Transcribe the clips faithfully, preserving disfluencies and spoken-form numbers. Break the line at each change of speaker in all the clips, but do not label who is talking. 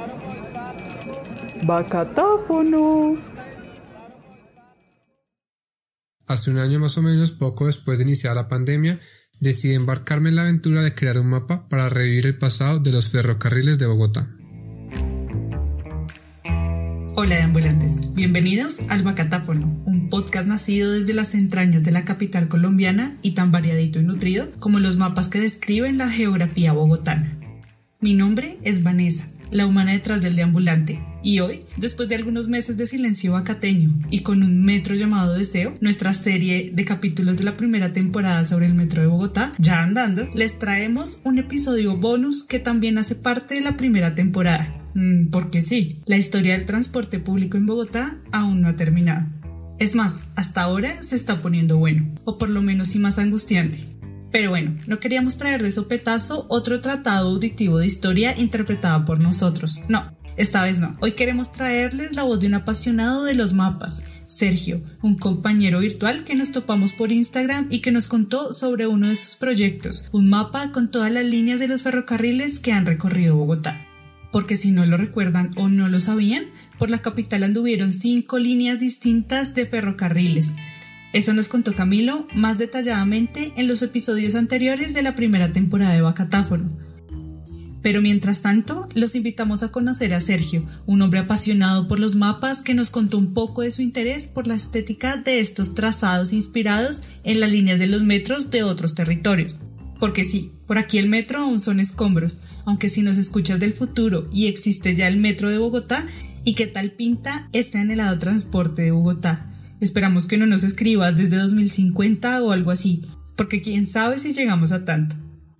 Vacatáfono.
Hace un año más o menos, poco después de iniciar la pandemia, decidí embarcarme en la aventura de crear un mapa para revivir el pasado de los ferrocarriles de Bogotá.
Hola ambulantes, bienvenidos al Vacatáfono, un podcast nacido desde las entrañas de la capital colombiana y tan variadito y nutrido como los mapas que describen la geografía bogotana. Mi nombre es Vanessa, la humana detrás del deambulante, y hoy, después de algunos meses de silencio vacateño y con un metro llamado Deseo, nuestra serie de capítulos de la primera temporada sobre el metro de Bogotá, ya andando, les traemos un episodio bonus que también hace parte de la primera temporada. Mm, porque sí, la historia del transporte público en Bogotá aún no ha terminado. Es más, hasta ahora se está poniendo bueno, o por lo menos sí más angustiante. Pero bueno, no queríamos traer de sopetazo otro tratado auditivo de historia interpretado por nosotros. No, esta vez no. Hoy queremos traerles la voz de un apasionado de los mapas, Sergio, un compañero virtual que nos topamos por Instagram y que nos contó sobre uno de sus proyectos, un mapa con todas las líneas de los ferrocarriles que han recorrido Bogotá. Porque si no lo recuerdan o no lo sabían, por la capital anduvieron cinco líneas distintas de ferrocarriles. Eso nos contó Camilo más detalladamente en los episodios anteriores de la primera temporada de Vacatáfono. Pero mientras tanto, los invitamos a conocer a Sergio, un hombre apasionado por los mapas que nos contó un poco de su interés por la estética de estos trazados inspirados en las líneas de los metros de otros territorios. Porque sí, por aquí el metro aún son escombros, aunque si nos escuchas del futuro y existe ya el metro de Bogotá, ¿y qué tal pinta este anhelado transporte de Bogotá? Esperamos que no nos escribas desde dos mil cincuenta o algo así, porque quién sabe si llegamos a tanto.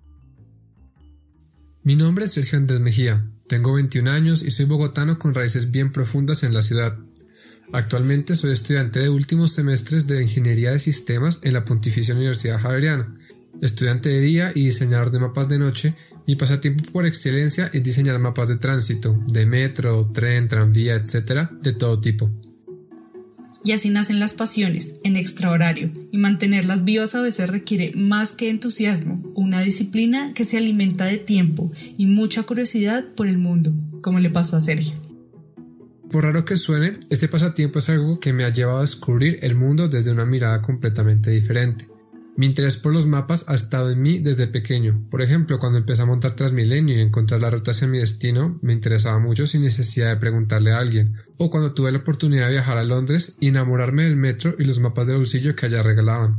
Mi nombre es Sergio Andrés Mejía, tengo veintiún años y soy bogotano con raíces bien profundas en la ciudad. Actualmente soy estudiante de últimos semestres de Ingeniería de Sistemas en la Pontificia Universidad Javeriana. Estudiante de día y diseñador de mapas de noche, mi pasatiempo por excelencia es diseñar mapas de tránsito, de metro, tren, tranvía, etcétera, de todo tipo.
Y así nacen las pasiones, en extrahorario, y mantenerlas vivas a veces requiere más que entusiasmo, una disciplina que se alimenta de tiempo y mucha curiosidad por el mundo, como le pasó a Sergio.
Por raro que suene, este pasatiempo es algo que me ha llevado a descubrir el mundo desde una mirada completamente diferente. Mi interés por los mapas ha estado en mí desde pequeño. Por ejemplo, cuando empecé a montar Transmilenio y encontrar la ruta hacia mi destino, me interesaba mucho sin necesidad de preguntarle a alguien. O cuando tuve la oportunidad de viajar a Londres y enamorarme del metro y los mapas de bolsillo que allá regalaban.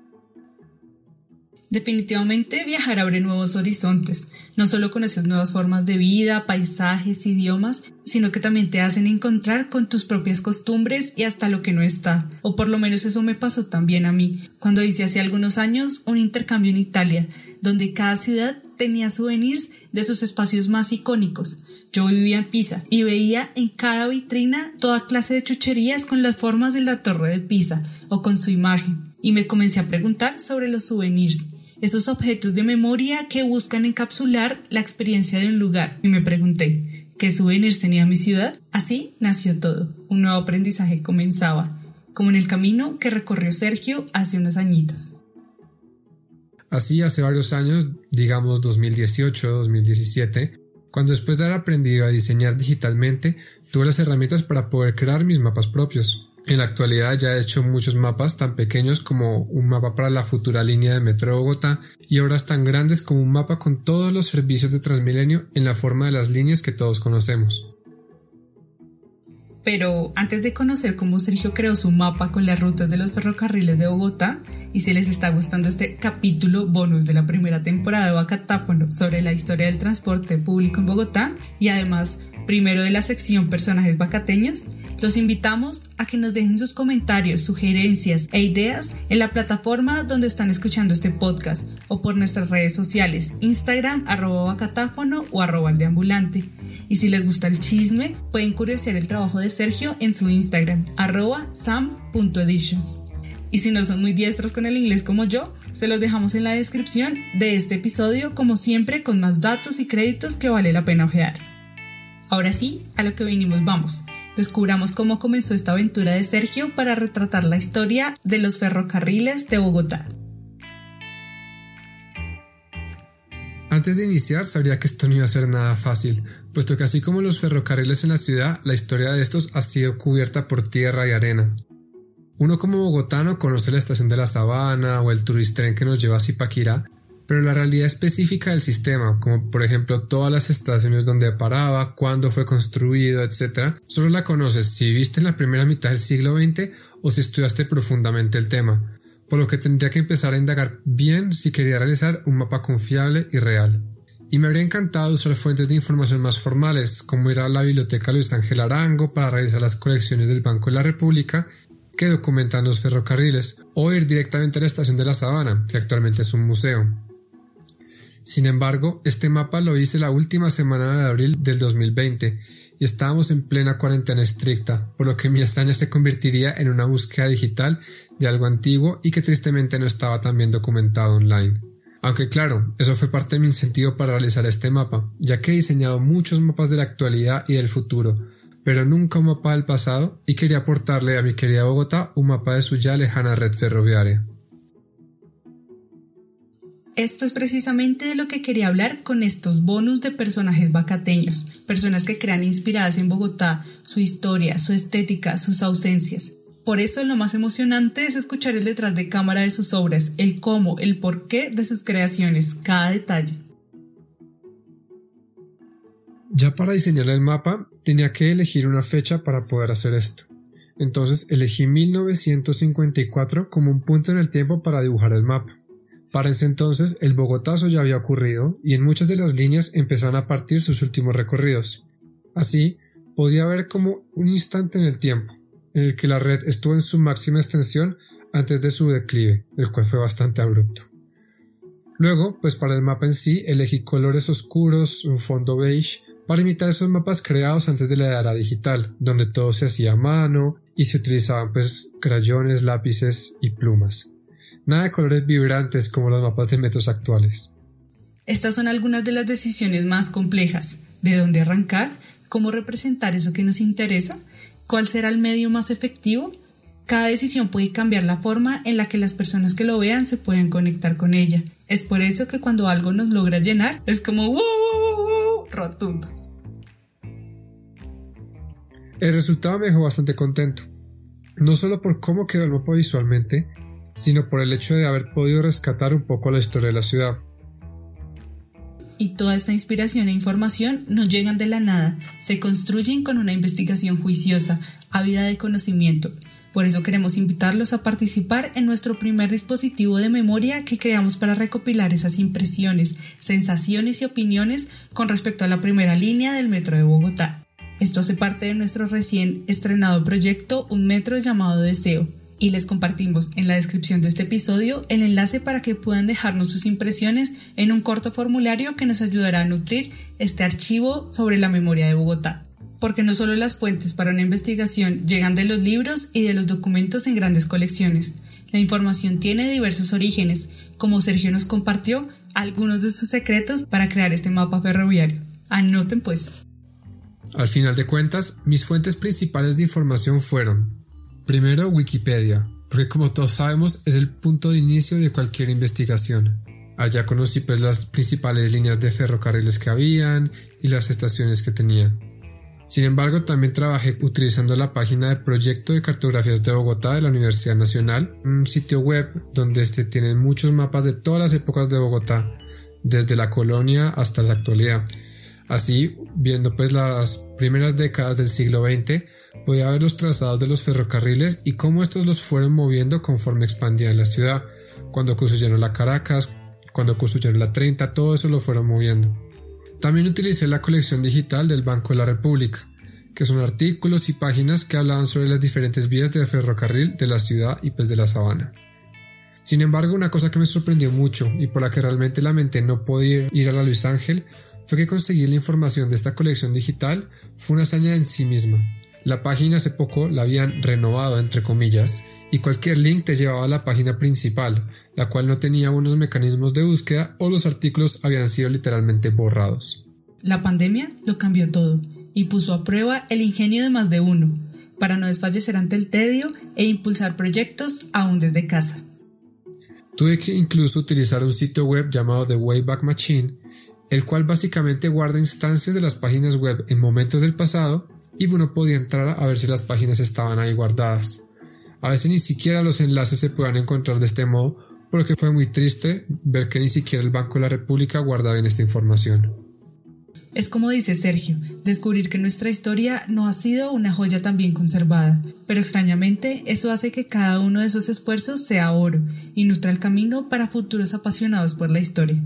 Definitivamente viajar abre nuevos horizontes. No solo conoces nuevas formas de vida, paisajes, idiomas, sino que también te hacen encontrar con tus propias costumbres y hasta lo que no está. O por lo menos eso me pasó también a mí, cuando hice hace algunos años un intercambio en Italia, donde cada ciudad tenía souvenirs de sus espacios más icónicos. Yo vivía en Pisa y veía en cada vitrina toda clase de chucherías con las formas de la Torre de Pisa o con su imagen. Y me comencé a preguntar sobre los souvenirs, esos objetos de memoria que buscan encapsular la experiencia de un lugar. Y me pregunté, ¿qué souvenirs tenía mi ciudad? Así nació todo. Un nuevo aprendizaje comenzaba, como en el camino que recorrió Sergio hace unos añitos.
Así, hace varios años, digamos dos mil dieciocho, dos mil diecisiete, cuando después de haber aprendido a diseñar digitalmente, tuve las herramientas para poder crear mis mapas propios. En la actualidad ya he hecho muchos mapas tan pequeños como un mapa para la futura línea de metro de Bogotá y obras tan grandes como un mapa con todos los servicios de Transmilenio en la forma de las líneas que todos conocemos.
Pero antes de conocer cómo Sergio creó su mapa con las rutas de los ferrocarriles de Bogotá, y si les está gustando este capítulo bonus de la primera temporada de Vacatáfono sobre la historia del transporte público en Bogotá, y además primero de la sección Personajes Vacateños, los invitamos a que nos dejen sus comentarios, sugerencias e ideas en la plataforma donde están escuchando este podcast o por nuestras redes sociales, Instagram, arroba vacatáfono o arroba el deambulante. Y si les gusta el chisme, pueden curiosear el trabajo de Sergio en su Instagram, arroba sam punto editions. Y si no son muy diestros con el inglés como yo, se los dejamos en la descripción de este episodio, como siempre, con más datos y créditos que vale la pena ojear. Ahora sí, a lo que vinimos vamos. Descubramos cómo comenzó esta aventura de Sergio para retratar la historia de los ferrocarriles de Bogotá.
Antes de iniciar, sabría que esto no iba a ser nada fácil, puesto que así como los ferrocarriles en la ciudad, la historia de estos ha sido cubierta por tierra y arena. Uno como bogotano conoce la estación de la Sabana o el turistren que nos lleva a Zipaquirá, pero la realidad específica del sistema, como por ejemplo todas las estaciones donde paraba, cuándo fue construido, etcétera, solo la conoces si viviste en la primera mitad del siglo veinte o si estudiaste profundamente el tema, por lo que tendría que empezar a indagar bien si quería realizar un mapa confiable y real. Y me habría encantado usar fuentes de información más formales, como ir a la Biblioteca Luis Ángel Arango para revisar las colecciones del Banco de la República que documentan los ferrocarriles, o ir directamente a la estación de la Sabana, que actualmente es un museo. Sin embargo, este mapa lo hice la última semana de abril del dos mil veinte y estábamos en plena cuarentena estricta, por lo que mi hazaña se convertiría en una búsqueda digital de algo antiguo y que tristemente no estaba tan bien documentado online. Aunque claro, eso fue parte de mi incentivo para realizar este mapa, ya que he diseñado muchos mapas de la actualidad y del futuro, pero nunca un mapa del pasado, y quería aportarle a mi querida Bogotá un mapa de su ya lejana red ferroviaria.
Esto es precisamente de lo que quería hablar con estos bonus de personajes bacateños, personas que crean inspiradas en Bogotá, su historia, su estética, sus ausencias. Por eso lo más emocionante es escuchar el detrás de cámara de sus obras, el cómo, el porqué de sus creaciones, cada detalle.
Ya para diseñar el mapa tenía que elegir una fecha para poder hacer esto. Entonces elegí mil novecientos cincuenta y cuatro como un punto en el tiempo para dibujar el mapa. Para ese entonces el Bogotazo ya había ocurrido y en muchas de las líneas empezaron a partir sus últimos recorridos. Así, podía haber como un instante en el tiempo, en el que la red estuvo en su máxima extensión antes de su declive, el cual fue bastante abrupto. Luego, pues para el mapa en sí, elegí colores oscuros, un fondo beige, para imitar esos mapas creados antes de la era digital, donde todo se hacía a mano y se utilizaban pues crayones, lápices y plumas. Nada de colores vibrantes como los mapas de metros actuales.
Estas son algunas de las decisiones más complejas. ¿De dónde arrancar? ¿Cómo representar eso que nos interesa? ¿Cuál será el medio más efectivo? Cada decisión puede cambiar la forma en la que las personas que lo vean se pueden conectar con ella. Es por eso que cuando algo nos logra llenar, es como ¡uh! uh, uh rotundo.
El resultado me dejó bastante contento. No solo por cómo quedó el mapa visualmente, sino por el hecho de haber podido rescatar un poco la historia de la ciudad.
Y toda esta inspiración e información no llegan de la nada, se construyen con una investigación juiciosa, ávida de conocimiento. Por eso queremos invitarlos a participar en nuestro primer dispositivo de memoria que creamos para recopilar esas impresiones, sensaciones y opiniones con respecto a la primera línea del metro de Bogotá. Esto hace parte de nuestro recién estrenado proyecto Un Metro llamado Deseo. Y les compartimos en la descripción de este episodio el enlace para que puedan dejarnos sus impresiones en un corto formulario que nos ayudará a nutrir este archivo sobre la memoria de Bogotá. Porque no solo las fuentes para una investigación llegan de los libros y de los documentos en grandes colecciones. La información tiene diversos orígenes, como Sergio nos compartió algunos de sus secretos para crear este mapa ferroviario. Anoten pues.
Al final de cuentas, mis fuentes principales de información fueron: primero, Wikipedia, porque como todos sabemos es el punto de inicio de cualquier investigación. Allá conocí pues las principales líneas de ferrocarriles que habían y las estaciones que tenían. Sin embargo, también trabajé utilizando la página de Proyecto de Cartografías de Bogotá de la Universidad Nacional, un sitio web donde este tienen muchos mapas de todas las épocas de Bogotá, desde la colonia hasta la actualidad. Así, viendo pues las primeras décadas del siglo veinte, podía ver los trazados de los ferrocarriles y cómo estos los fueron moviendo conforme expandían la ciudad. Cuando construyeron la Caracas, cuando construyeron la treinta, todo eso lo fueron moviendo. También utilicé la colección digital del Banco de la República, que son artículos y páginas que hablaban sobre las diferentes vías de ferrocarril de la ciudad y pues de la sabana. Sin embargo, una cosa que me sorprendió mucho y por la que realmente lamenté no poder ir a la Luis Ángel fue que conseguir la información de esta colección digital fue una hazaña en sí misma. La página hace poco la habían renovado entre comillas y cualquier link te llevaba a la página principal, la cual no tenía unos mecanismos de búsqueda o los artículos habían sido literalmente borrados.
La pandemia lo cambió todo y puso a prueba el ingenio de más de uno para no desfallecer ante el tedio e impulsar proyectos aún desde casa.
Tuve que incluso utilizar un sitio web llamado The Wayback Machine, el cual básicamente guarda instancias de las páginas web en momentos del pasado y uno podía entrar a ver si las páginas estaban ahí guardadas. A veces ni siquiera los enlaces se podían encontrar de este modo, porque fue muy triste ver que ni siquiera el Banco de la República guardaba bien esta información.
Es como dice Sergio, descubrir que nuestra historia no ha sido una joya tan bien conservada, pero extrañamente eso hace que cada uno de esos esfuerzos sea oro y nutra el camino para futuros apasionados por la historia.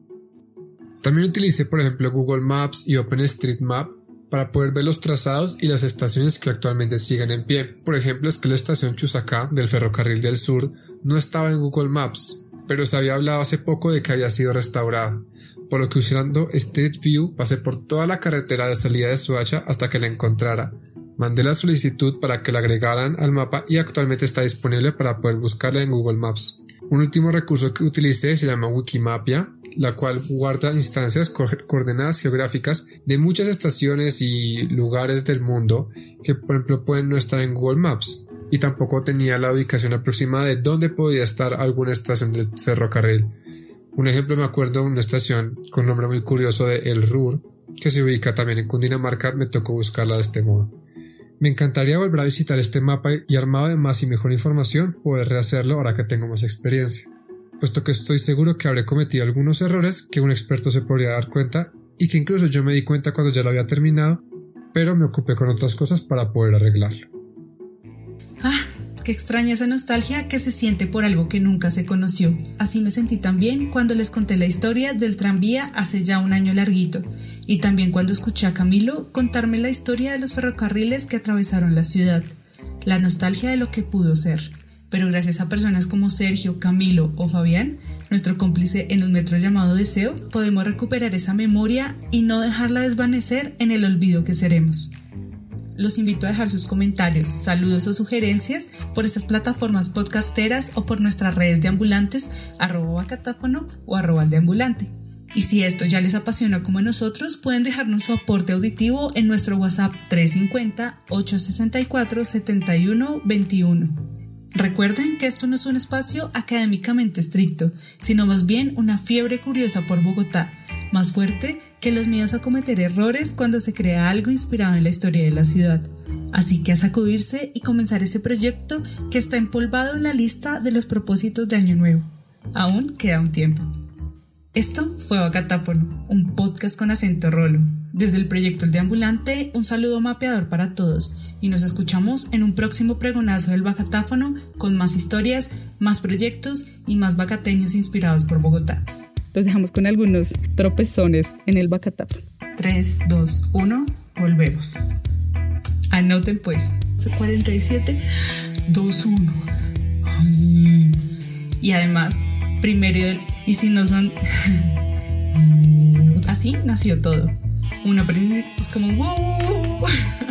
También utilicé por ejemplo Google Maps y OpenStreetMap para poder ver los trazados y las estaciones que actualmente siguen en pie. Por ejemplo, es que la estación Chusacá del Ferrocarril del Sur no estaba en Google Maps, pero se había hablado hace poco de que había sido restaurada, por lo que usando Street View pasé por toda la carretera de salida de Soacha hasta que la encontrara. Mandé la solicitud para que la agregaran al mapa y actualmente está disponible para poder buscarla en Google Maps. Un último recurso que utilicé se llama Wikimapia, la cual guarda instancias co- coordenadas geográficas de muchas estaciones y lugares del mundo que por ejemplo pueden no estar en Google Maps, y tampoco tenía la ubicación aproximada de dónde podía estar alguna estación del ferrocarril. Un ejemplo, me acuerdo de una estación con nombre muy curioso de El Ruhr, que se ubica también en Cundinamarca. Me tocó buscarla de este modo. Me encantaría volver a visitar este mapa y, armado de más y mejor información, poder rehacerlo ahora que tengo más experiencia, puesto que estoy seguro que habré cometido algunos errores que un experto se podría dar cuenta y que incluso yo me di cuenta cuando ya lo había terminado, pero me ocupé con otras cosas para poder arreglarlo.
Ah, qué extraña esa nostalgia que se siente por algo que nunca se conoció. Así me sentí también cuando les conté la historia del tranvía hace ya un año larguito, y también cuando escuché a Camilo contarme la historia de los ferrocarriles que atravesaron la ciudad. La nostalgia de lo que pudo ser. Pero gracias a personas como Sergio, Camilo o Fabián, nuestro cómplice en un metro llamado deseo, podemos recuperar esa memoria y no dejarla desvanecer en el olvido que seremos. Los invito a dejar sus comentarios, saludos o sugerencias por estas plataformas podcasteras o por nuestras redes de ambulantes, arroba bacatáfono o arroba deambulante. Y si esto ya les apasiona como a nosotros, pueden dejarnos su aporte auditivo en nuestro WhatsApp tres cinco cero, ocho seis cuatro, siete uno dos uno. Recuerden que esto no es un espacio académicamente estricto, sino más bien una fiebre curiosa por Bogotá, más fuerte que los miedos a cometer errores cuando se crea algo inspirado en la historia de la ciudad. Así que a sacudirse y comenzar ese proyecto que está empolvado en la lista de los propósitos de Año Nuevo. Aún queda un tiempo. Esto fue Bacatáfono, un podcast con acento rolo. Desde el proyecto El Deambulante, un saludo mapeador para todos y nos escuchamos en un próximo pregonazo del Bacatáfono con más historias, más proyectos y más bacateños inspirados por Bogotá.
Los dejamos con algunos tropezones en el Bacatáfono.
tres, dos, uno, volvemos. Anoten pues, cuarenta y siete, dos, uno. Ay. Y además, primero, y si no son... Así nació todo. Una aprendiz es como wow.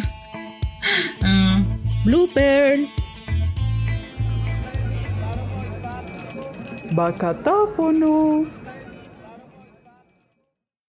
uh.
Bloopers. Bacatáfono.